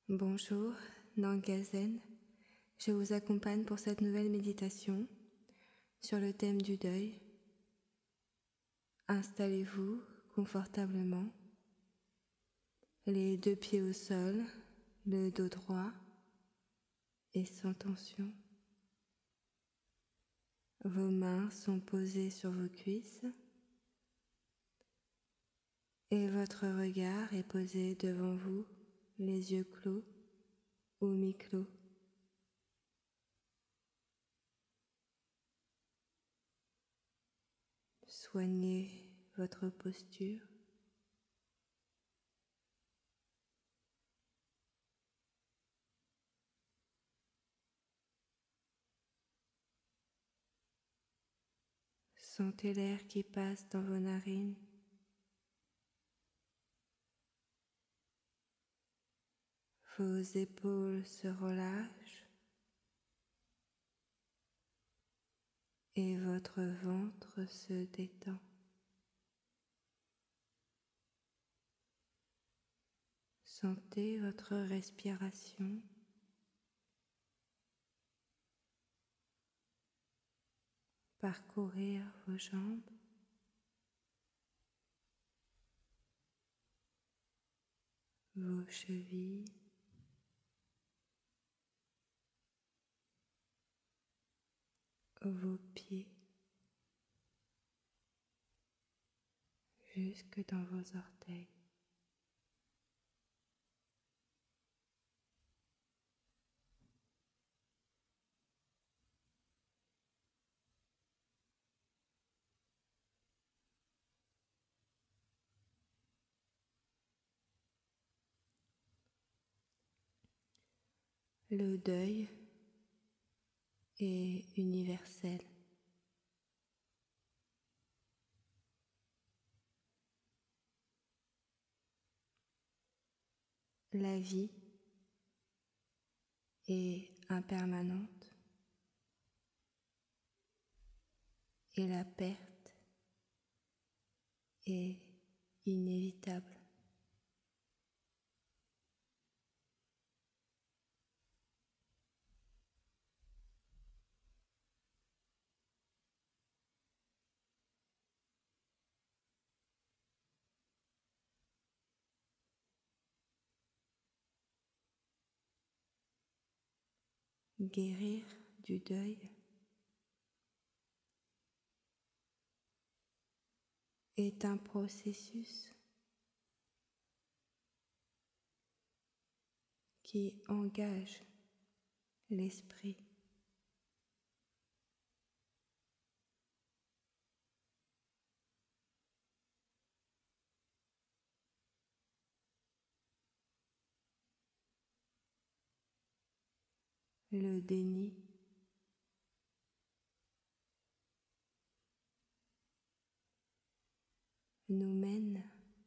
Bonjour, Nangazen. Je vous accompagne pour cette nouvelle méditation sur le thème du deuil. Installez-vous confortablement, les deux pieds au sol, le dos droit et sans tension. Vos mains sont posées sur vos cuisses et votre regard est posé devant vous, les yeux clos ou mi-clos. Soignez votre posture. Sentez l'air qui passe dans vos narines. Vos épaules se relâchent et votre ventre se détend. Sentez votre respiration. Parcourir vos jambes. Vos chevilles. Vos pieds. Jusque dans vos orteils. Le deuil est universel. La vie est impermanente et la perte est inévitable. Guérir du deuil est un processus qui engage l'esprit. Le déni nous mène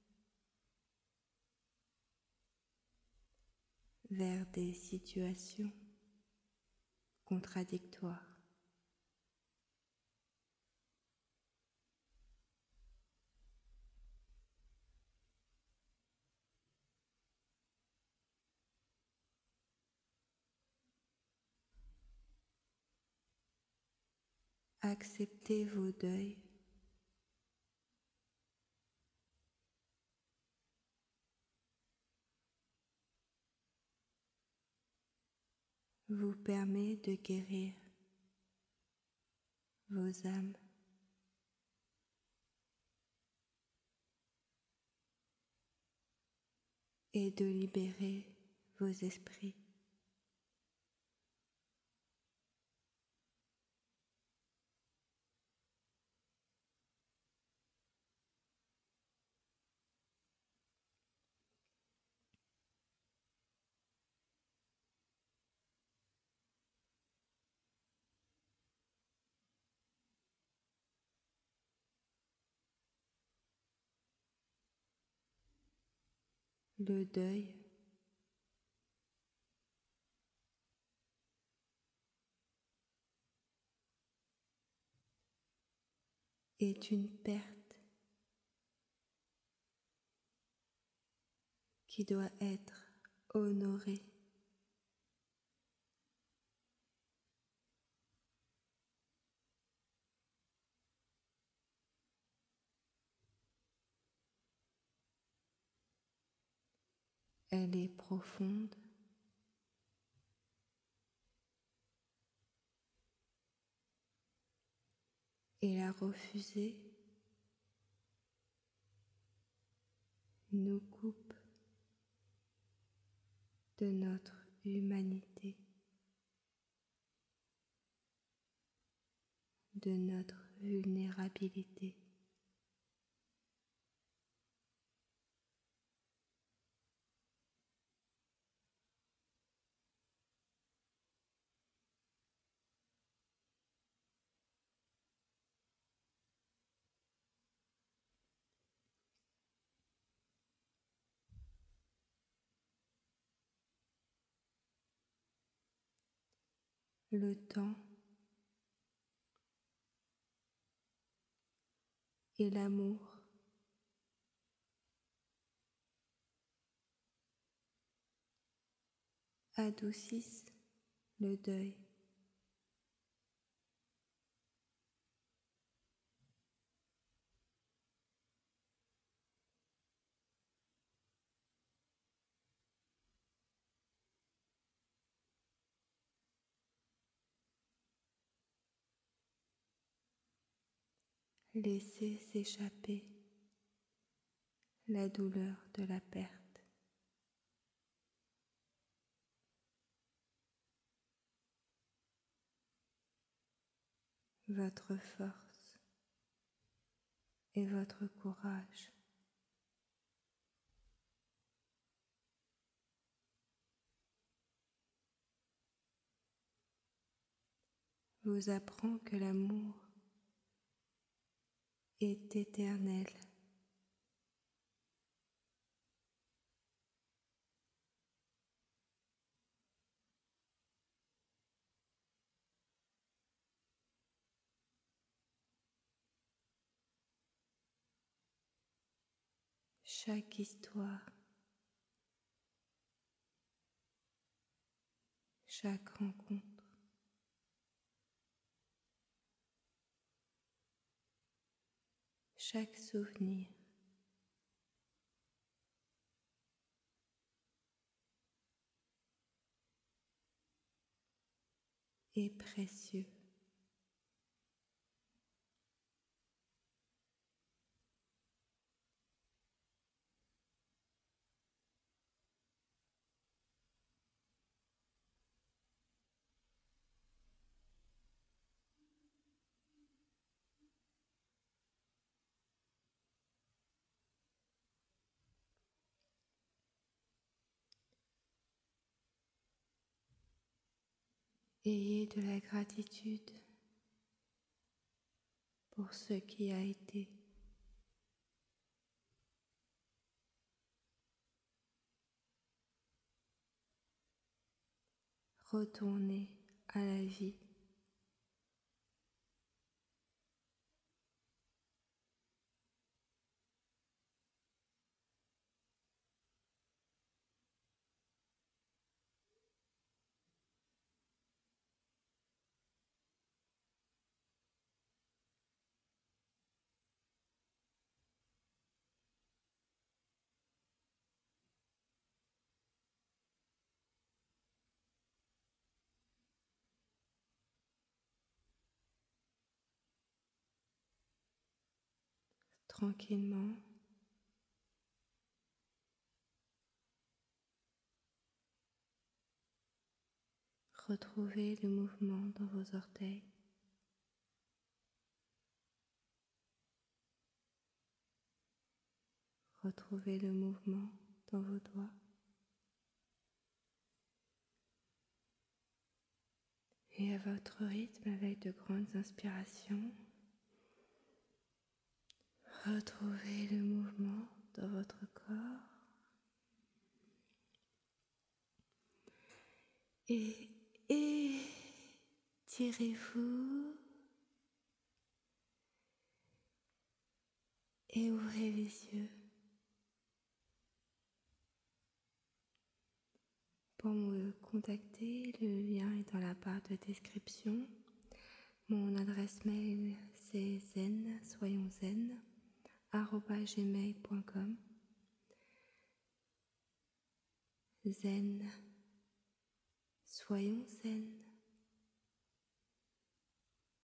vers des situations contradictoires. Acceptez vos deuils. Vous permet de guérir vos âmes. Et de libérer vos esprits. Le deuil est une perte qui doit être honorée. Elle est profonde. Et la refuser nous coupe de notre humanité, de notre vulnérabilité. Le temps et l'amour adoucissent le deuil. Laissez s'échapper la douleur de la perte. Votre force et votre courage vous apprend que l'amour est éternel. Chaque histoire, chaque rencontre, chaque souvenir est précieux. Ayez de la gratitude pour ce qui a été. Retournez à la vie. Tranquillement, retrouvez le mouvement dans vos orteils. Retrouvez le mouvement dans vos doigts. Et à votre rythme, avec de grandes inspirations, retrouvez le mouvement dans votre corps. Et étirez-vous et ouvrez les yeux. Pour me contacter, le lien est dans la barre de description. Mon adresse mail c'est soyonszen@gmail.com. zen. Soyons zen.